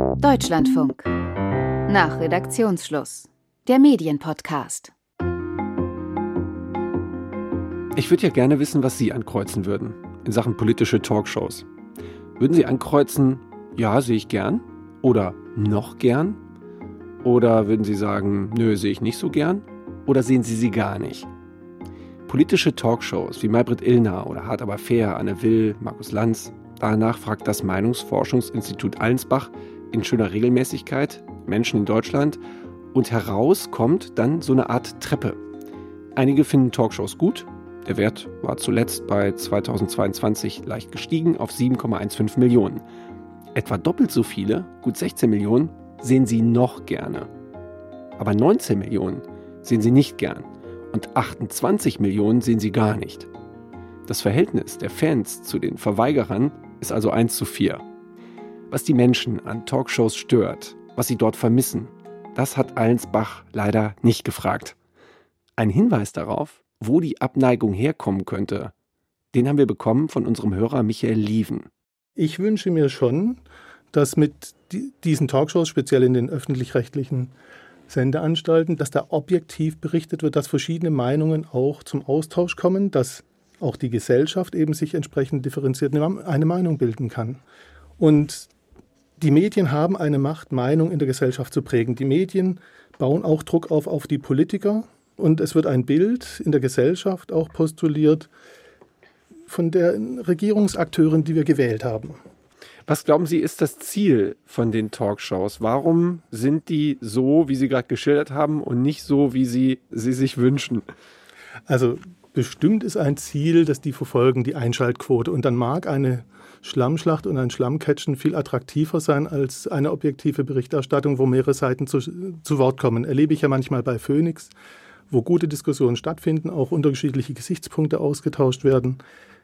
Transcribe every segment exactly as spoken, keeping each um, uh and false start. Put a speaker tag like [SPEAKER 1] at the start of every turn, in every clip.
[SPEAKER 1] Deutschlandfunk. Nach Redaktionsschluss. Der Medienpodcast.
[SPEAKER 2] Ich würde ja gerne wissen, was Sie ankreuzen würden in Sachen politische Talkshows. Würden Sie ankreuzen, ja, sehe ich gern oder noch gern? Oder würden Sie sagen, nö, sehe ich nicht so gern? Oder sehen Sie sie gar nicht? Politische Talkshows wie Maybrit Illner oder Hart aber fair, Anne Will, Markus Lanz, danach fragt das Meinungsforschungsinstitut Allensbach in schöner Regelmäßigkeit Menschen in Deutschland und heraus kommt dann so eine Art Treppe. Einige finden Talkshows gut. Der Wert war zuletzt bei zweitausendzweiundzwanzig leicht gestiegen auf sieben Komma fünfzehn Millionen. Etwa doppelt so viele, gut sechzehn Millionen, sehen sie noch gerne. Aber neunzehn Millionen sehen sie nicht gern und achtundzwanzig Millionen sehen sie gar nicht. Das Verhältnis der Fans zu den Verweigerern ist also eins zu vier. Was die Menschen an Talkshows stört, was sie dort vermissen, das hat Allensbach leider nicht gefragt. Ein Hinweis darauf, wo die Abneigung herkommen könnte, den haben wir bekommen von unserem Hörer Michael Lieven.
[SPEAKER 3] Ich wünsche mir schon, dass mit diesen Talkshows, speziell in den öffentlich-rechtlichen Sendeanstalten, dass da objektiv berichtet wird, dass verschiedene Meinungen auch zum Austausch kommen, dass auch die Gesellschaft eben sich entsprechend differenziert eine Meinung bilden kann. Und die Medien haben eine Macht, Meinung in der Gesellschaft zu prägen. Die Medien bauen auch Druck auf auf die Politiker und es wird ein Bild in der Gesellschaft auch postuliert von der Regierungsakteurin, die wir gewählt haben.
[SPEAKER 2] Was glauben Sie, ist das Ziel von den Talkshows? Warum sind die so, wie Sie gerade geschildert haben, und nicht so, wie Sie sie sich wünschen?
[SPEAKER 3] Also bestimmt ist ein Ziel, dass die verfolgen, die Einschaltquote. Und dann mag eine Schlammschlacht und ein Schlammcatchen viel attraktiver sein als eine objektive Berichterstattung, wo mehrere Seiten zu, zu Wort kommen. Erlebe ich ja manchmal bei Phoenix, wo gute Diskussionen stattfinden, auch unterschiedliche Gesichtspunkte ausgetauscht werden.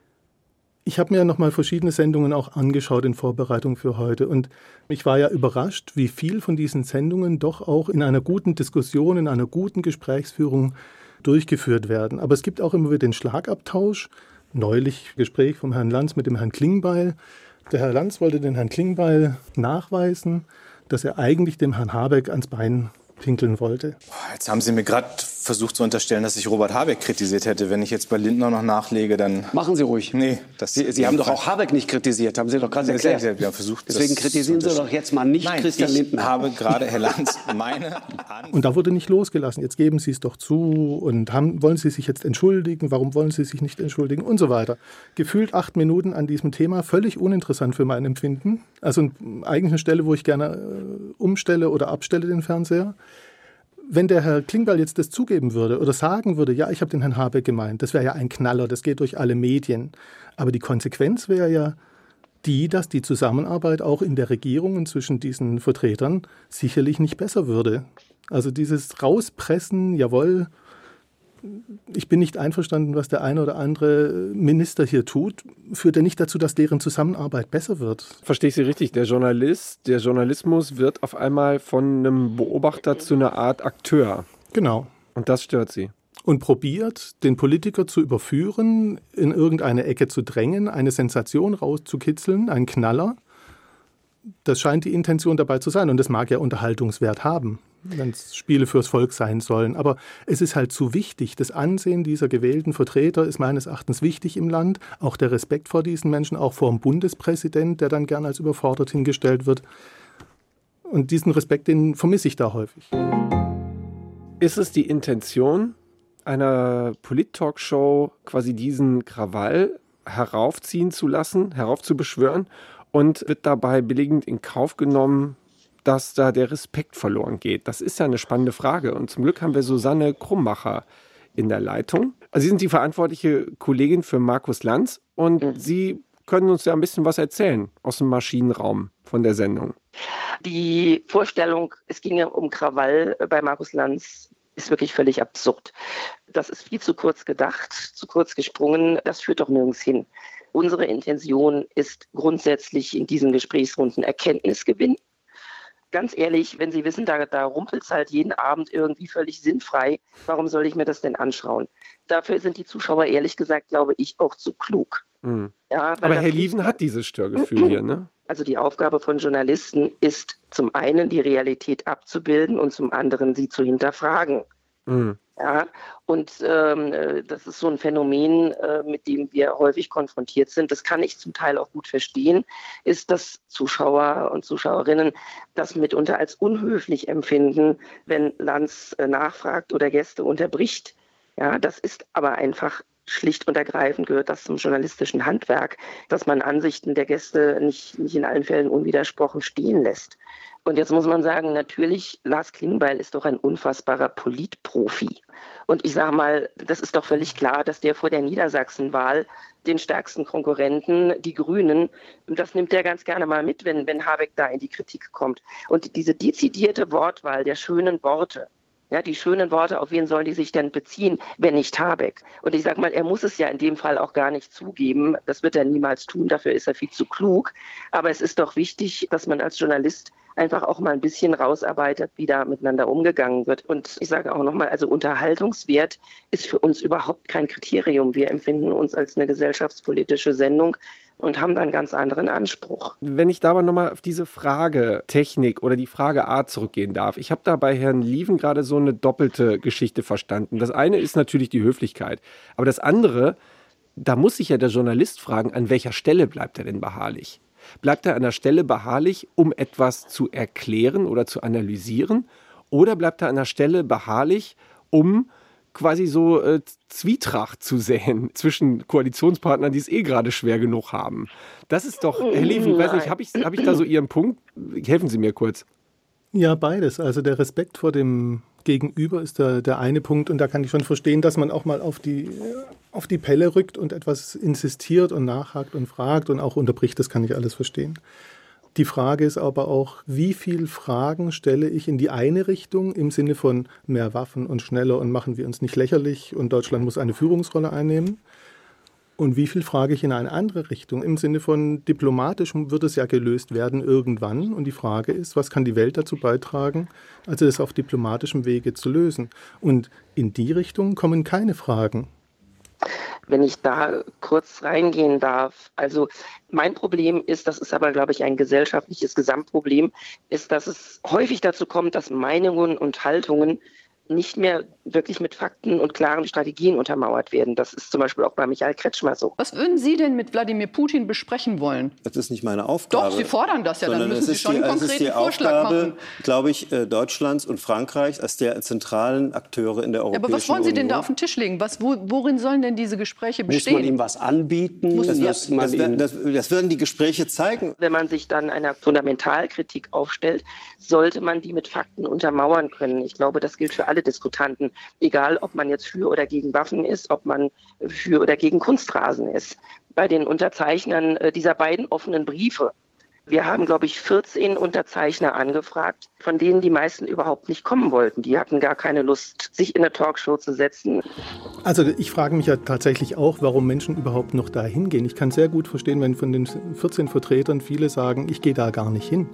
[SPEAKER 3] Ich habe mir noch mal verschiedene Sendungen auch angeschaut in Vorbereitung für heute und ich war ja überrascht, wie viel von diesen Sendungen doch auch in einer guten Diskussion, in einer guten Gesprächsführung durchgeführt werden. Aber es gibt auch immer wieder den Schlagabtausch. Neulich Gespräch vom Herrn Lanz mit dem Herrn Klingbeil. Der Herr Lanz wollte den Herrn Klingbeil nachweisen, dass er eigentlich dem Herrn Habeck ans Bein pinkeln wollte.
[SPEAKER 4] Jetzt haben Sie mir gerade versucht zu unterstellen, dass ich Robert Habeck kritisiert hätte. Wenn ich jetzt bei Lindner noch nachlege, dann...
[SPEAKER 5] Machen Sie ruhig.
[SPEAKER 4] Nee. Das
[SPEAKER 5] Sie, Sie haben doch auch Habeck nicht kritisiert, haben Sie doch gerade erklärt.
[SPEAKER 4] Sie haben versucht,
[SPEAKER 5] Deswegen kritisieren Sie doch jetzt mal nicht
[SPEAKER 4] Nein,
[SPEAKER 5] Christian
[SPEAKER 4] ich
[SPEAKER 5] Lindner.
[SPEAKER 4] Ich habe gerade, Herr Lanz, meine...
[SPEAKER 3] Und da wurde nicht losgelassen. Jetzt geben Sie es doch zu und haben, wollen Sie sich jetzt entschuldigen? Warum wollen Sie sich nicht entschuldigen? Und so weiter. Gefühlt acht Minuten an diesem Thema, völlig uninteressant für mein Empfinden. Also eigentlich eine Stelle, wo ich gerne äh, umstelle oder abstelle den Fernseher. Wenn der Herr Klingbeil jetzt das zugeben würde oder sagen würde, ja, ich habe den Herrn Habeck gemeint, das wäre ja ein Knaller, das geht durch alle Medien. Aber die Konsequenz wäre ja die, dass die Zusammenarbeit auch in der Regierung und zwischen diesen Vertretern sicherlich nicht besser würde. Also dieses Rauspressen, jawohl, ich bin nicht einverstanden, was der eine oder andere Minister hier tut, führt ja nicht dazu, dass deren Zusammenarbeit besser wird.
[SPEAKER 2] Verstehe ich Sie richtig? Der Journalist, der Journalismus wird auf einmal von einem Beobachter zu einer Art Akteur.
[SPEAKER 3] Genau.
[SPEAKER 2] Und das stört Sie.
[SPEAKER 3] Und probiert, den Politiker zu überführen, in irgendeine Ecke zu drängen, eine Sensation rauszukitzeln, einen Knaller. Das scheint die Intention dabei zu sein. Und das mag ja Unterhaltungswert haben, wenn es Spiele fürs Volk sein sollen. Aber es ist halt zu wichtig. Das Ansehen dieser gewählten Vertreter ist meines Erachtens wichtig im Land. Auch der Respekt vor diesen Menschen, auch vor dem Bundespräsident, der dann gern als überfordert hingestellt wird. Und diesen Respekt, den vermisse ich da häufig.
[SPEAKER 2] Ist es die Intention einer Polit-Talkshow, quasi diesen Krawall heraufziehen zu lassen, heraufzubeschwören? Und wird dabei billigend in Kauf genommen, dass da der Respekt verloren geht? Das ist ja eine spannende Frage. Und zum Glück haben wir Susanne Krummacher in der Leitung. Also Sie sind die verantwortliche Kollegin für Markus Lanz und mhm. Sie können uns ja ein bisschen was erzählen aus dem Maschinenraum von der Sendung.
[SPEAKER 6] Die Vorstellung, es ginge um Krawall bei Markus Lanz, ist wirklich völlig absurd. Das ist viel zu kurz gedacht, zu kurz gesprungen. Das führt doch nirgends hin. Unsere Intention ist grundsätzlich in diesen Gesprächsrunden Erkenntnisgewinn. Ganz ehrlich, wenn Sie wissen, da, da rumpelt es halt jeden Abend irgendwie völlig sinnfrei, warum soll ich mir das denn anschauen? Dafür sind die Zuschauer, ehrlich gesagt, glaube ich, auch zu klug.
[SPEAKER 2] Mhm.
[SPEAKER 6] Ja,
[SPEAKER 2] aber Herr Lieven hat dieses Störgefühl hier, ne?
[SPEAKER 6] Also die Aufgabe von Journalisten ist zum einen die Realität abzubilden und zum anderen sie zu hinterfragen. Mhm. Ja, und ähm, das ist so ein Phänomen, äh, mit dem wir häufig konfrontiert sind. Das kann ich zum Teil auch gut verstehen, ist, dass Zuschauer und Zuschauerinnen das mitunter als unhöflich empfinden, wenn Lanz äh, nachfragt oder Gäste unterbricht. Ja, das ist aber einfach schlicht und ergreifend gehört das zum journalistischen Handwerk, dass man Ansichten der Gäste nicht, nicht in allen Fällen unwidersprochen stehen lässt. Und jetzt muss man sagen, natürlich, Lars Klingbeil ist doch ein unfassbarer Politprofi. Und ich sage mal, das ist doch völlig klar, dass der vor der Niedersachsenwahl den stärksten Konkurrenten, die Grünen, das nimmt er ganz gerne mal mit, wenn, wenn Habeck da in die Kritik kommt. Und diese dezidierte Wortwahl der schönen Worte, ja, die schönen Worte, auf wen sollen die sich denn beziehen, wenn nicht Habeck? Und ich sage mal, er muss es ja in dem Fall auch gar nicht zugeben. Das wird er niemals tun, dafür ist er viel zu klug. Aber es ist doch wichtig, dass man als Journalist einfach auch mal ein bisschen rausarbeitet, wie da miteinander umgegangen wird. Und ich sage auch nochmal, also Unterhaltungswert ist für uns überhaupt kein Kriterium. Wir empfinden uns als eine gesellschaftspolitische Sendung und haben da einen ganz anderen Anspruch.
[SPEAKER 2] Wenn ich da aber nochmal auf diese Frage Technik oder die Frage Art zurückgehen darf. Ich habe da bei Herrn Lieven gerade so eine doppelte Geschichte verstanden. Das eine ist natürlich die Höflichkeit. Aber das andere, da muss sich ja der Journalist fragen, an welcher Stelle bleibt er denn beharrlich? Bleibt er an der Stelle beharrlich, um etwas zu erklären oder zu analysieren? Oder bleibt er an der Stelle beharrlich, um quasi so äh, Zwietracht zu säen zwischen Koalitionspartnern, die es eh gerade schwer genug haben? Das ist doch, Herr Lieven, weiß nicht, habe ich, hab ich da so Ihren Punkt? Helfen Sie mir kurz.
[SPEAKER 3] Ja, beides. Also der Respekt vor dem Gegenüber ist der, der eine Punkt. Und da kann ich schon verstehen, dass man auch mal auf die, auf die Pelle rückt und etwas insistiert und nachhakt und fragt und auch unterbricht. Das kann ich alles verstehen. Die Frage ist aber auch, wie viele Fragen stelle ich in die eine Richtung im Sinne von mehr Waffen und schneller und machen wir uns nicht lächerlich und Deutschland muss eine Führungsrolle einnehmen? Und wie viel frage ich in eine andere Richtung? Im Sinne von diplomatisch wird es ja gelöst werden irgendwann. Und die Frage ist, was kann die Welt dazu beitragen, also das auf diplomatischem Wege zu lösen? Und in die Richtung kommen keine Fragen.
[SPEAKER 6] Wenn ich da kurz reingehen darf, also mein Problem ist, das ist aber, glaube ich, ein gesellschaftliches Gesamtproblem, ist, dass es häufig dazu kommt, dass Meinungen und Haltungen nicht mehr wirklich mit Fakten und klaren Strategien untermauert werden. Das ist zum Beispiel auch bei Michael Kretschmer so.
[SPEAKER 7] Was würden Sie denn mit Wladimir Putin besprechen wollen?
[SPEAKER 8] Das ist nicht meine Aufgabe.
[SPEAKER 7] Doch, Sie fordern das ja, dann müssen Sie schon
[SPEAKER 8] die,
[SPEAKER 7] einen konkreten
[SPEAKER 8] es ist die
[SPEAKER 7] Vorschlag
[SPEAKER 8] Aufgabe,
[SPEAKER 7] machen.
[SPEAKER 8] glaube ich, Deutschlands und Frankreichs als der zentralen Akteure in der Europäischen Union.
[SPEAKER 7] Aber was wollen Sie denn da auf den Tisch legen? Was, wo, worin sollen denn diese Gespräche bestehen?
[SPEAKER 5] Muss man ihm was anbieten?
[SPEAKER 8] Muss das,
[SPEAKER 5] das,
[SPEAKER 8] das, das, das, das werden die Gespräche zeigen.
[SPEAKER 6] Wenn man sich dann einer Fundamentalkritik aufstellt, sollte man die mit Fakten untermauern können. Ich glaube, das gilt für alle Diskutanten. Egal, ob man jetzt für oder gegen Waffen ist, ob man für oder gegen Kunstrasen ist. Bei den Unterzeichnern dieser beiden offenen Briefe, wir haben, glaube ich, vierzehn Unterzeichner angefragt, von denen die meisten überhaupt nicht kommen wollten. Die hatten gar keine Lust, sich in eine Talkshow zu setzen.
[SPEAKER 3] Also ich frage mich ja tatsächlich auch, warum Menschen überhaupt noch da hingehen. Ich kann sehr gut verstehen, wenn von den vierzehn Vertretern viele sagen, ich gehe da gar nicht hin.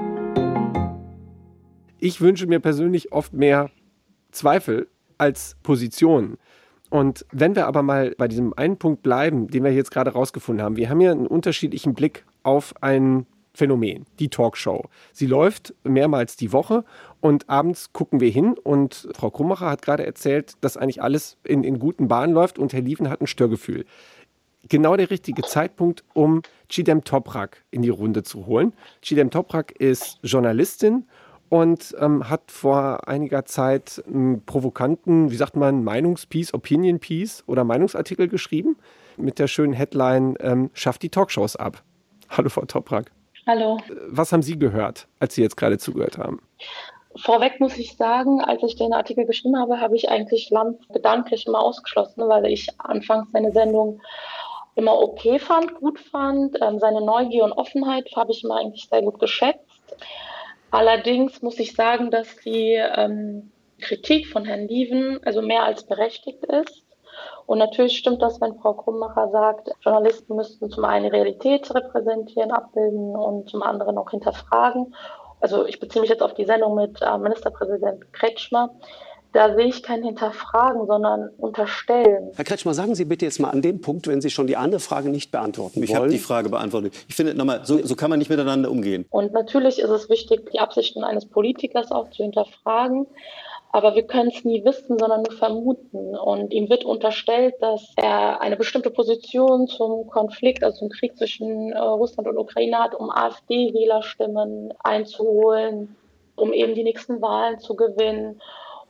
[SPEAKER 2] Ich wünsche mir persönlich oft mehr Zweifel als Positionen. Und wenn wir aber mal bei diesem einen Punkt bleiben, den wir jetzt gerade rausgefunden haben, wir haben ja einen unterschiedlichen Blick auf ein Phänomen, die Talkshow. Sie läuft mehrmals die Woche und abends gucken wir hin und Frau Krummacher hat gerade erzählt, dass eigentlich alles in, in guten Bahnen läuft und Herr Lieven hat ein Störgefühl. Genau der richtige Zeitpunkt, um Chidem Toprak in die Runde zu holen. Chidem Toprak ist Journalistin und ähm, hat vor einiger Zeit einen provokanten, wie sagt man, Meinungspiece, Opinion-Piece oder Meinungsartikel geschrieben mit der schönen Headline, ähm, schafft die Talkshows ab. Hallo Frau Toprak.
[SPEAKER 9] Hallo.
[SPEAKER 2] Was haben Sie gehört, als Sie jetzt gerade zugehört haben?
[SPEAKER 9] Vorweg muss ich sagen, als ich den Artikel geschrieben habe, habe ich eigentlich Lanz gedanklich immer ausgeschlossen, weil ich anfangs seine Sendung immer okay fand, gut fand. Ähm, seine Neugier und Offenheit habe ich immer eigentlich sehr gut geschätzt. Allerdings muss ich sagen, dass die ähm, Kritik von Herrn Lieven also mehr als berechtigt ist. Und natürlich stimmt das, wenn Frau Krummacher sagt, Journalisten müssten zum einen Realität repräsentieren, abbilden und zum anderen auch hinterfragen. Also ich beziehe mich jetzt auf die Sendung mit äh, Ministerpräsident Kretschmer. Da sehe ich kein Hinterfragen, sondern Unterstellen.
[SPEAKER 5] Herr Kretschmer, sagen Sie bitte jetzt mal an dem Punkt, wenn Sie schon die andere Frage nicht beantworten
[SPEAKER 8] Ich
[SPEAKER 5] wollen.
[SPEAKER 8] habe die Frage beantwortet. Ich finde, nochmal, so, so kann man nicht miteinander umgehen.
[SPEAKER 9] Und natürlich ist es wichtig, die Absichten eines Politikers auch zu hinterfragen. Aber wir können es nie wissen, sondern nur vermuten. Und ihm wird unterstellt, dass er eine bestimmte Position zum Konflikt, also zum Krieg zwischen äh, Russland und Ukraine hat, um AfD-Wählerstimmen einzuholen, um eben die nächsten Wahlen zu gewinnen.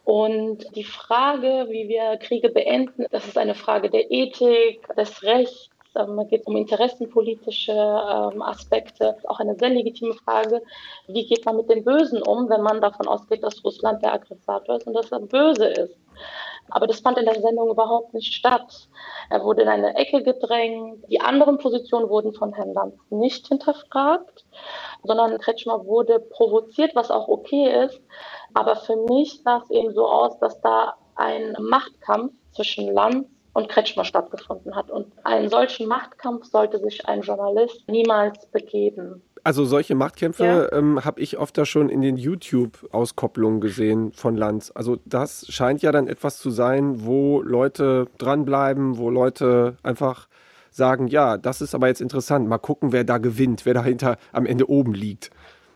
[SPEAKER 9] Und die Frage, wie wir Kriege beenden, das ist eine Frage der Ethik, des Rechts. Es geht um interessenpolitische ähm, Aspekte. Auch eine sehr legitime Frage, wie geht man mit dem Bösen um, wenn man davon ausgeht, dass Russland der Aggressator ist und dass er böse ist. Aber das fand in der Sendung überhaupt nicht statt. Er wurde in eine Ecke gedrängt. Die anderen Positionen wurden von Herrn Lanz nicht hinterfragt, sondern Kretschmer wurde provoziert, was auch okay ist. Aber für mich sah es eben so aus, dass da ein Machtkampf zwischen Lanz und Kretschmer stattgefunden hat. Und einen solchen Machtkampf sollte sich ein Journalist niemals begeben.
[SPEAKER 2] Also solche Machtkämpfe
[SPEAKER 9] Ja.
[SPEAKER 2] ähm, habe ich oft da schon in den YouTube-Auskopplungen gesehen von Lanz. Also das scheint ja dann etwas zu sein, wo Leute dranbleiben, wo Leute einfach sagen, ja, das ist aber jetzt interessant, mal gucken, wer da gewinnt, wer dahinter am Ende oben liegt.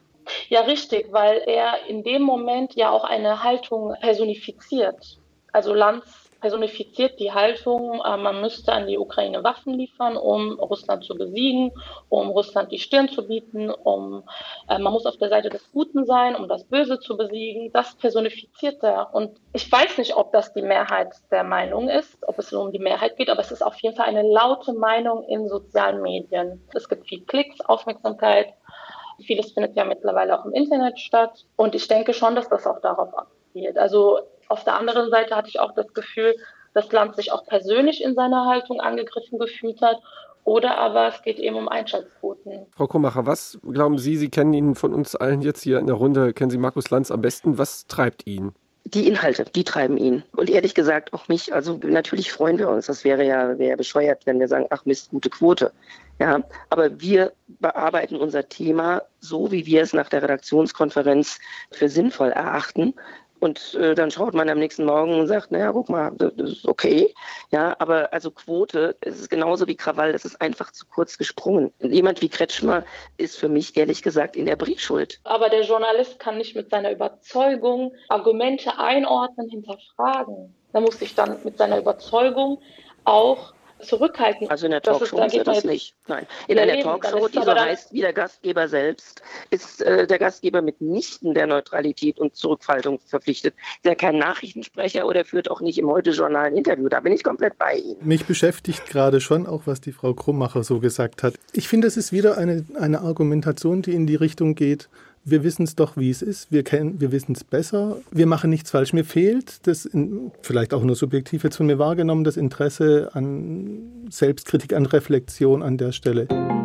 [SPEAKER 9] Ja, richtig, weil er in dem Moment ja auch eine Haltung personifiziert. Also Lanz personifiziert die Haltung, äh, man müsste an die Ukraine Waffen liefern, um Russland zu besiegen, um Russland die Stirn zu bieten, um äh, man muss auf der Seite des Guten sein, um das Böse zu besiegen. Das personifiziert er. Und ich weiß nicht, ob das die Mehrheit der Meinung ist, ob es nur um die Mehrheit geht, aber es ist auf jeden Fall eine laute Meinung in sozialen Medien. Es gibt viel Klicks, Aufmerksamkeit. Vieles findet ja mittlerweile auch im Internet statt. Und ich denke schon, dass das auch darauf abzielt. Also auf der anderen Seite hatte ich auch das Gefühl, dass Lanz sich auch persönlich in seiner Haltung angegriffen gefühlt hat. Oder aber es geht eben um Einschaltquoten.
[SPEAKER 2] Frau Krummacher, was glauben Sie, Sie kennen ihn von uns allen jetzt hier in der Runde, kennen Sie Markus Lanz am besten, was treibt ihn?
[SPEAKER 6] Die Inhalte, die treiben ihn. Und ehrlich gesagt auch mich. Also natürlich freuen wir uns. Das wäre ja, wäre ja bescheuert, wenn wir sagen, ach Mist, gute Quote. Ja, aber wir bearbeiten unser Thema so, wie wir es nach der Redaktionskonferenz für sinnvoll erachten. Und äh, dann schaut man am nächsten Morgen und sagt, naja, guck mal, das ist okay. Ja, aber also Quote, es ist genauso wie Krawall, das ist einfach zu kurz gesprungen. Jemand wie Kretschmer ist für mich ehrlich gesagt in der Bringschuld.
[SPEAKER 9] Aber der Journalist kann nicht mit seiner Überzeugung Argumente einordnen, hinterfragen. Da muss sich dann mit seiner Überzeugung auch zurückhalten.
[SPEAKER 6] Also in der
[SPEAKER 9] Das
[SPEAKER 6] Talkshow
[SPEAKER 9] ist- da
[SPEAKER 6] ist er
[SPEAKER 9] geht man
[SPEAKER 6] das
[SPEAKER 9] jetzt-
[SPEAKER 6] nicht. Nein. In einer
[SPEAKER 9] Eben, dann
[SPEAKER 6] Talkshow,
[SPEAKER 9] ist
[SPEAKER 6] die
[SPEAKER 9] aber
[SPEAKER 6] so
[SPEAKER 9] dann-
[SPEAKER 6] heißt wie der Gastgeber selbst, ist äh, der Gastgeber mitnichten der Neutralität und Zurückhaltung verpflichtet. Ist ja kein Nachrichtensprecher oder führt auch nicht im Heute-Journal ein Interview. Da bin ich komplett bei Ihnen.
[SPEAKER 3] Mich beschäftigt gerade schon auch, was die Frau Krummacher so gesagt hat. Ich finde, es ist wieder eine, eine Argumentation, die in die Richtung geht, wir wissen es doch, wie es ist, wir, kennen, wir wissen es besser, wir machen nichts falsch. Mir fehlt, das in, vielleicht auch nur subjektiv jetzt von mir wahrgenommen, das Interesse an Selbstkritik, an Reflexion an der Stelle.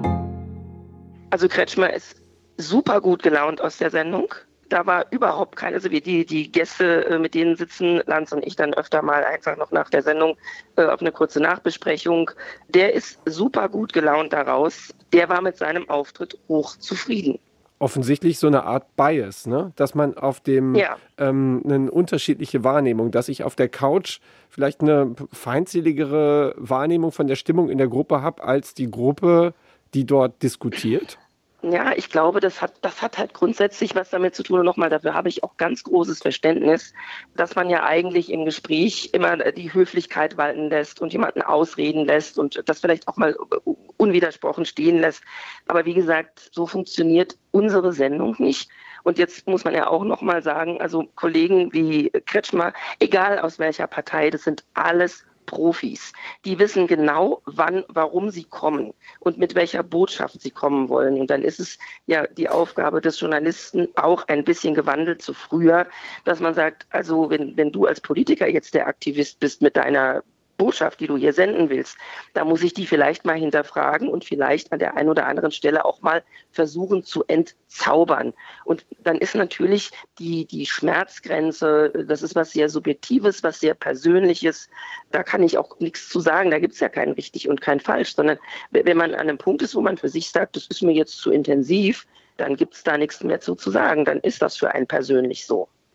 [SPEAKER 6] Also Kretschmer ist super gut gelaunt aus der Sendung. Da war überhaupt keine, also wie die, die Gäste, äh, mit denen sitzen Lanz und ich dann öfter mal einfach noch nach der Sendung äh, auf eine kurze Nachbesprechung. Der ist super gut gelaunt daraus. Der war mit seinem Auftritt hoch zufrieden.
[SPEAKER 2] Offensichtlich so eine Art Bias, ne? Dass man auf dem
[SPEAKER 6] Ja.
[SPEAKER 2] ähm, eine unterschiedliche Wahrnehmung, dass ich auf der Couch vielleicht eine feindseligere Wahrnehmung von der Stimmung in der Gruppe habe, als die Gruppe, die dort diskutiert.
[SPEAKER 6] Ja, ich glaube, das hat, das hat halt grundsätzlich was damit zu tun. Und nochmal, dafür habe ich auch ganz großes Verständnis, dass man ja eigentlich im Gespräch immer die Höflichkeit walten lässt und jemanden ausreden lässt und das vielleicht auch mal unwidersprochen stehen lässt. Aber wie gesagt, so funktioniert unsere Sendung nicht. Und jetzt muss man ja auch nochmal sagen, also Kollegen wie Kretschmer, egal aus welcher Partei, das sind alles Profis. Die wissen genau, wann, warum sie kommen und mit welcher Botschaft sie kommen wollen. Und dann ist es ja die Aufgabe des Journalisten auch ein bisschen gewandelt zu früher, dass man sagt, also wenn, wenn du als Politiker jetzt der Aktivist bist mit deiner Botschaft, die du hier senden willst, da muss ich die vielleicht mal hinterfragen und vielleicht an der einen oder anderen Stelle auch mal versuchen zu entzaubern. Und dann ist natürlich die, die Schmerzgrenze, das ist was sehr Subjektives, was sehr Persönliches, da kann ich auch nichts zu sagen, da gibt es ja kein richtig und kein falsch, sondern wenn man an einem Punkt ist, wo man für sich sagt, das ist mir jetzt zu intensiv, dann gibt es da nichts mehr zu, zu sagen, dann ist das für einen persönlich so.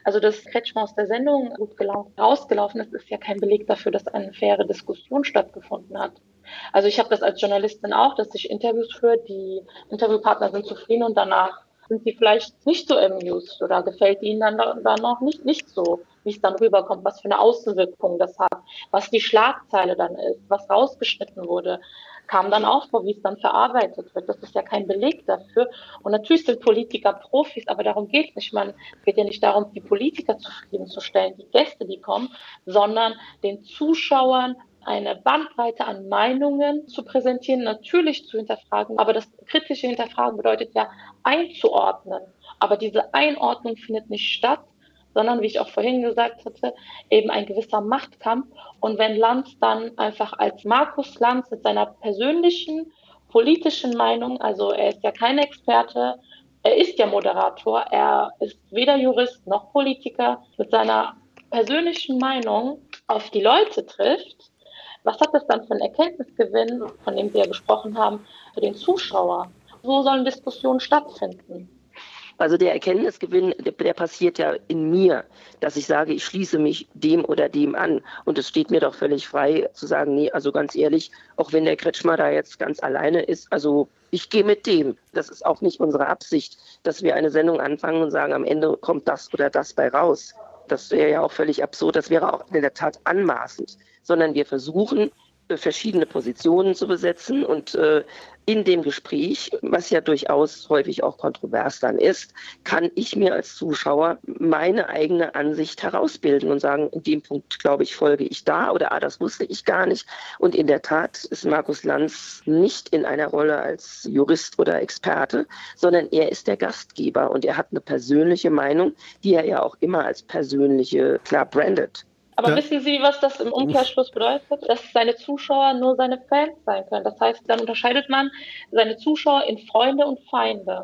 [SPEAKER 9] Also, dass Kretschmer aus der Sendung gut gelaufen, rausgelaufen ist, ist ja kein Beleg dafür, dass eine faire Diskussion stattgefunden hat. Also ich habe das als Journalistin auch, dass ich Interviews führe, die Interviewpartner sind zufrieden und danach sind sie vielleicht nicht so amused oder gefällt ihnen dann, dann noch nicht, nicht so, wie es dann rüberkommt, was für eine Außenwirkung das hat, was die Schlagzeile dann ist, was rausgeschnitten wurde, kam dann auch vor, wie es dann verarbeitet wird. Das ist ja kein Beleg dafür. Und natürlich sind Politiker Profis, aber darum geht es nicht. Man es geht ja nicht darum, die Politiker zufriedenzustellen, die Gäste, die kommen, sondern den Zuschauern eine Bandbreite an Meinungen zu präsentieren, natürlich zu hinterfragen. Aber das kritische Hinterfragen bedeutet ja einzuordnen. Aber diese Einordnung findet nicht statt, sondern, wie ich auch vorhin gesagt hatte, eben ein gewisser Machtkampf. Und wenn Lanz dann einfach als Markus Lanz mit seiner persönlichen politischen Meinung, also er ist ja kein Experte, er ist ja Moderator, er ist weder Jurist noch Politiker, mit seiner persönlichen Meinung auf die Leute trifft, was hat das dann für einen Erkenntnisgewinn, von dem wir ja gesprochen haben, für den Zuschauer? So sollen Diskussionen stattfinden.
[SPEAKER 6] Also der Erkenntnisgewinn, der, der passiert ja in mir, dass ich sage, ich schließe mich dem oder dem an. Und es steht mir doch völlig frei zu sagen, nee, also ganz ehrlich, auch wenn der Kretschmer da jetzt ganz alleine ist, also ich gehe mit dem. Das ist auch nicht unsere Absicht, dass wir eine Sendung anfangen und sagen, am Ende kommt das oder das bei raus. Das wäre ja auch völlig absurd, das wäre auch in der Tat anmaßend. Sondern wir versuchen, verschiedene Positionen zu besetzen und äh, in dem Gespräch, was ja durchaus häufig auch kontrovers dann ist, kann ich mir als Zuschauer meine eigene Ansicht herausbilden und sagen, in dem Punkt, glaube ich, folge ich da oder ah, das wusste ich gar nicht. Und in der Tat ist Markus Lanz nicht in einer Rolle als Jurist oder Experte, sondern er ist der Gastgeber und er hat eine persönliche Meinung, die er ja auch immer als persönliche klar brandet.
[SPEAKER 9] Aber ja. Wissen Sie, was das im Umkehrschluss bedeutet? Dass seine Zuschauer nur seine Fans sein können. Das heißt, dann unterscheidet man seine Zuschauer in Freunde und Feinde.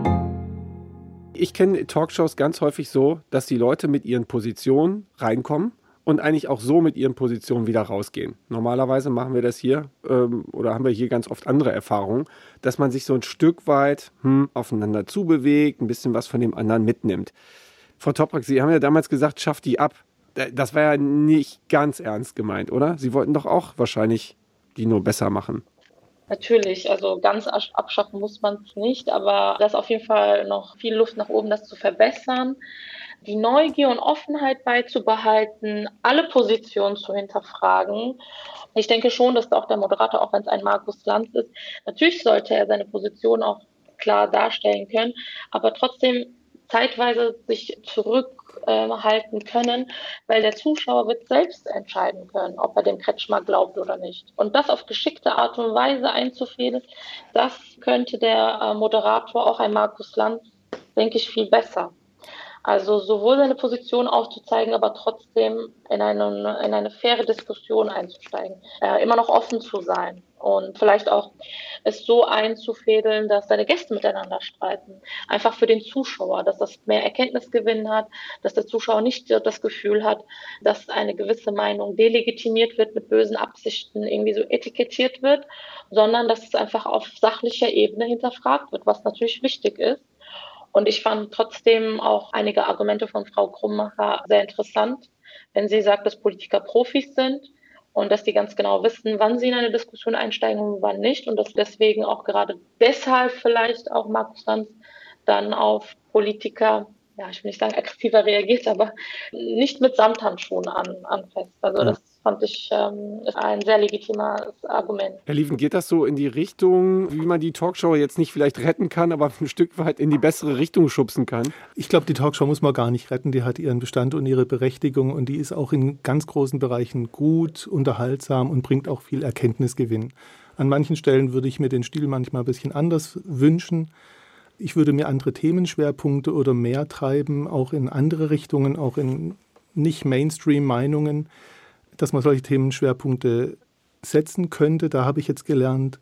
[SPEAKER 2] Ich kenne Talkshows ganz häufig so, dass die Leute mit ihren Positionen reinkommen und eigentlich auch so mit ihren Positionen wieder rausgehen. Normalerweise machen wir das hier ähm, oder haben wir hier ganz oft andere Erfahrungen, dass man sich so ein Stück weit hm, aufeinander zubewegt, ein bisschen was von dem anderen mitnimmt. Frau Toprak, Sie haben ja damals gesagt, schafft die ab. Das war ja nicht ganz ernst gemeint, oder? Sie wollten doch auch wahrscheinlich die nur besser machen.
[SPEAKER 9] Natürlich, also ganz abschaffen muss man es nicht, aber da ist auf jeden Fall noch viel Luft nach oben, das zu verbessern. Die Neugier und Offenheit beizubehalten, alle Positionen zu hinterfragen. Ich denke schon, dass auch der Moderator, auch wenn es ein Markus Lanz ist, natürlich sollte er seine Position auch klar darstellen können, aber trotzdem zeitweise sich zurückhalten können, weil der Zuschauer wird selbst entscheiden können, ob er dem Kretschmer glaubt oder nicht. Und das auf geschickte Art und Weise einzufädeln, das könnte der Moderator, auch ein Markus Lanz, denke ich, viel besser. Also sowohl seine Position aufzuzeigen, aber trotzdem in eine, in eine faire Diskussion einzusteigen, äh, immer noch offen zu sein und vielleicht auch es so einzufädeln, dass seine Gäste miteinander streiten. Einfach für den Zuschauer, dass das mehr Erkenntnisgewinn hat, dass der Zuschauer nicht das Gefühl hat, dass eine gewisse Meinung delegitimiert wird, mit bösen Absichten irgendwie so etikettiert wird, sondern dass es einfach auf sachlicher Ebene hinterfragt wird, was natürlich wichtig ist. Und ich fand trotzdem auch einige Argumente von Frau Krummacher sehr interessant, wenn sie sagt, dass Politiker Profis sind und dass die ganz genau wissen, wann sie in eine Diskussion einsteigen und wann nicht. Und dass deswegen auch gerade deshalb vielleicht auch Markus Lanz dann auf Politiker, ja, ich will nicht sagen aktiver reagiert, aber nicht mit Samthandschuhen an, anfasst. Also ja. Das fand ich ähm, ist ein sehr legitimes Argument.
[SPEAKER 2] Herr Lieven, geht das so in die Richtung, wie man die Talkshow jetzt nicht vielleicht retten kann, aber ein Stück weit in die bessere Richtung schubsen kann?
[SPEAKER 3] Ich glaube, die Talkshow muss man gar nicht retten. Die hat ihren Bestand und ihre Berechtigung und die ist auch in ganz großen Bereichen gut, unterhaltsam und bringt auch viel Erkenntnisgewinn. An manchen Stellen würde ich mir den Stil manchmal ein bisschen anders wünschen. Ich würde mir andere Themenschwerpunkte oder mehr treiben, auch in andere Richtungen, auch in nicht Mainstream-Meinungen, dass man solche Themenschwerpunkte setzen könnte. Da habe ich jetzt gelernt,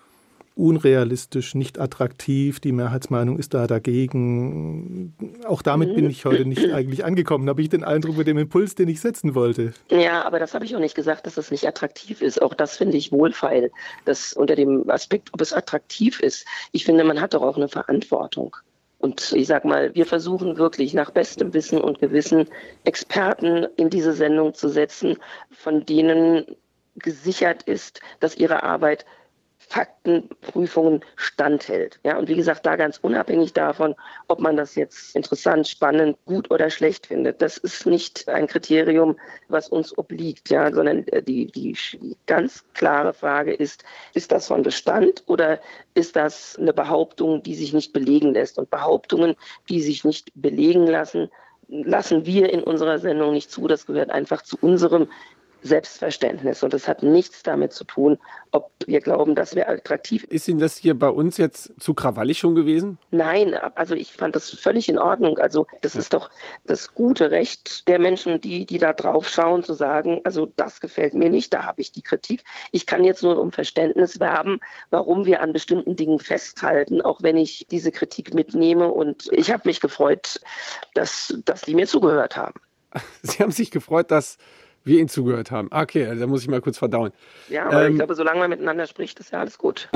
[SPEAKER 3] unrealistisch, nicht attraktiv, die Mehrheitsmeinung ist da dagegen. Auch damit bin ich heute nicht eigentlich angekommen. Da habe ich den Eindruck mit dem Impuls, den ich setzen wollte.
[SPEAKER 6] Ja, aber das habe ich auch nicht gesagt, dass das nicht attraktiv ist. Auch das finde ich wohlfeil, dass unter dem Aspekt, ob es attraktiv ist. Ich finde, man hat doch auch eine Verantwortung. Und ich sag mal, wir versuchen wirklich nach bestem Wissen und Gewissen Experten in diese Sendung zu setzen, von denen gesichert ist, dass ihre Arbeit Faktenprüfungen standhält. Ja, und wie gesagt, da ganz unabhängig davon, ob man das jetzt interessant, spannend, gut oder schlecht findet. Das ist nicht ein Kriterium, was uns obliegt, ja, sondern die, die, die ganz klare Frage ist, ist das von Bestand oder ist das eine Behauptung, die sich nicht belegen lässt? Und Behauptungen, die sich nicht belegen lassen, lassen wir in unserer Sendung nicht zu. Das gehört einfach zu unserem Selbstverständnis. Und das hat nichts damit zu tun, ob wir glauben, das wäre attraktiv.
[SPEAKER 2] Ist Ihnen das hier bei uns jetzt zu krawallig schon gewesen?
[SPEAKER 6] Nein, also ich fand das völlig in Ordnung. Also das ja. ist doch das gute Recht der Menschen, die, die da drauf schauen, zu sagen, also das gefällt mir nicht, da habe ich die Kritik. Ich kann jetzt nur um Verständnis werben, warum wir an bestimmten Dingen festhalten, auch wenn ich diese Kritik mitnehme. Und ich habe mich gefreut, dass, dass die mir zugehört haben.
[SPEAKER 2] Sie haben sich gefreut, dass wir Ihnen zugehört haben. Okay, also da muss ich mal kurz verdauen.
[SPEAKER 6] Ja, aber
[SPEAKER 2] ähm,
[SPEAKER 6] ich glaube, solange man miteinander spricht, ist ja alles gut.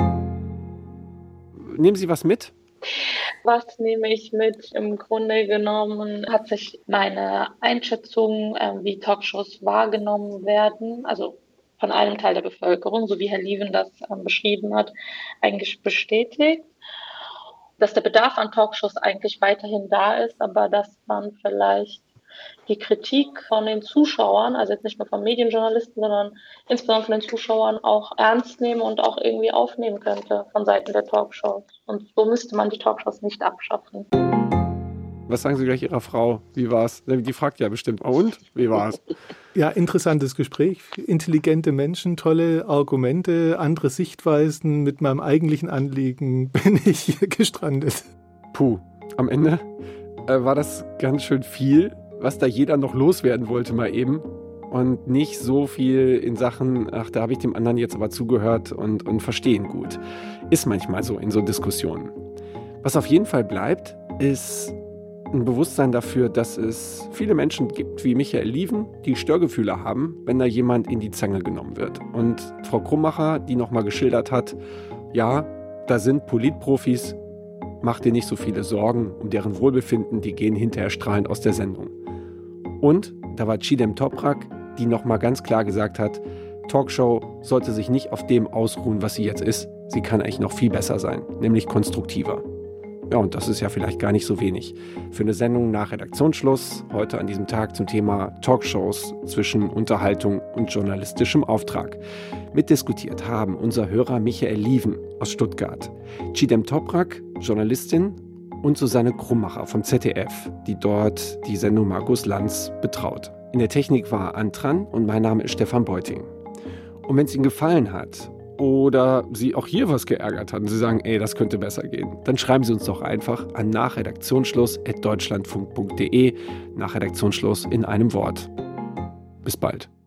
[SPEAKER 2] Nehmen Sie was mit?
[SPEAKER 9] Was nehme ich mit? Im Grunde genommen hat sich meine Einschätzung, äh, wie Talkshows wahrgenommen werden, also von einem Teil der Bevölkerung, so wie Herr Lieven das äh, beschrieben hat, eigentlich bestätigt. Dass der Bedarf an Talkshows eigentlich weiterhin da ist, aber dass man vielleicht die Kritik von den Zuschauern, also jetzt nicht nur von Medienjournalisten, sondern insbesondere von den Zuschauern auch ernst nehmen und auch irgendwie aufnehmen könnte von Seiten der Talkshows. Und so müsste man die Talkshows nicht abschaffen.
[SPEAKER 2] Was sagen Sie gleich Ihrer Frau? Wie war's? Die fragt ja bestimmt. Und? Wie war's?
[SPEAKER 3] Ja, interessantes Gespräch. Intelligente Menschen, tolle Argumente, andere Sichtweisen. Mit meinem eigentlichen Anliegen bin ich gestrandet.
[SPEAKER 2] Puh, am Ende äh, war das ganz schön viel, was da jeder noch loswerden wollte mal eben und nicht so viel in Sachen, ach, da habe ich dem anderen jetzt aber zugehört und, und verstehen gut. Ist manchmal so in so Diskussionen. Was auf jeden Fall bleibt, ist ein Bewusstsein dafür, dass es viele Menschen gibt, wie Michael Lieven, die Störgefühle haben, wenn da jemand in die Zange genommen wird. Und Frau Krummacher, die nochmal geschildert hat, ja, da sind Politprofis, mach dir nicht so viele Sorgen um deren Wohlbefinden, die gehen hinterher strahlend aus der Sendung. Und da war Chidem Toprak, die nochmal ganz klar gesagt hat, Talkshow sollte sich nicht auf dem ausruhen, was sie jetzt ist. Sie kann eigentlich noch viel besser sein, nämlich konstruktiver. Ja, und das ist ja vielleicht gar nicht so wenig. Für eine Sendung nach Redaktionsschluss, heute an diesem Tag zum Thema Talkshows zwischen Unterhaltung und journalistischem Auftrag. Mitdiskutiert haben unser Hörer Michael Lieven aus Stuttgart, Chidem Toprak, Journalistin, und Susanne Krummacher vom Z D F, die dort die Sendung Markus Lanz betraut. In der Technik war Antran und mein Name ist Stefan Beuting. Und wenn es Ihnen gefallen hat oder Sie auch hier was geärgert haben, Sie sagen, ey, das könnte besser gehen, dann schreiben Sie uns doch einfach an nachredaktionsschluss at deutschlandfunk punkt de, Nachredaktionsschluss in einem Wort. Bis bald.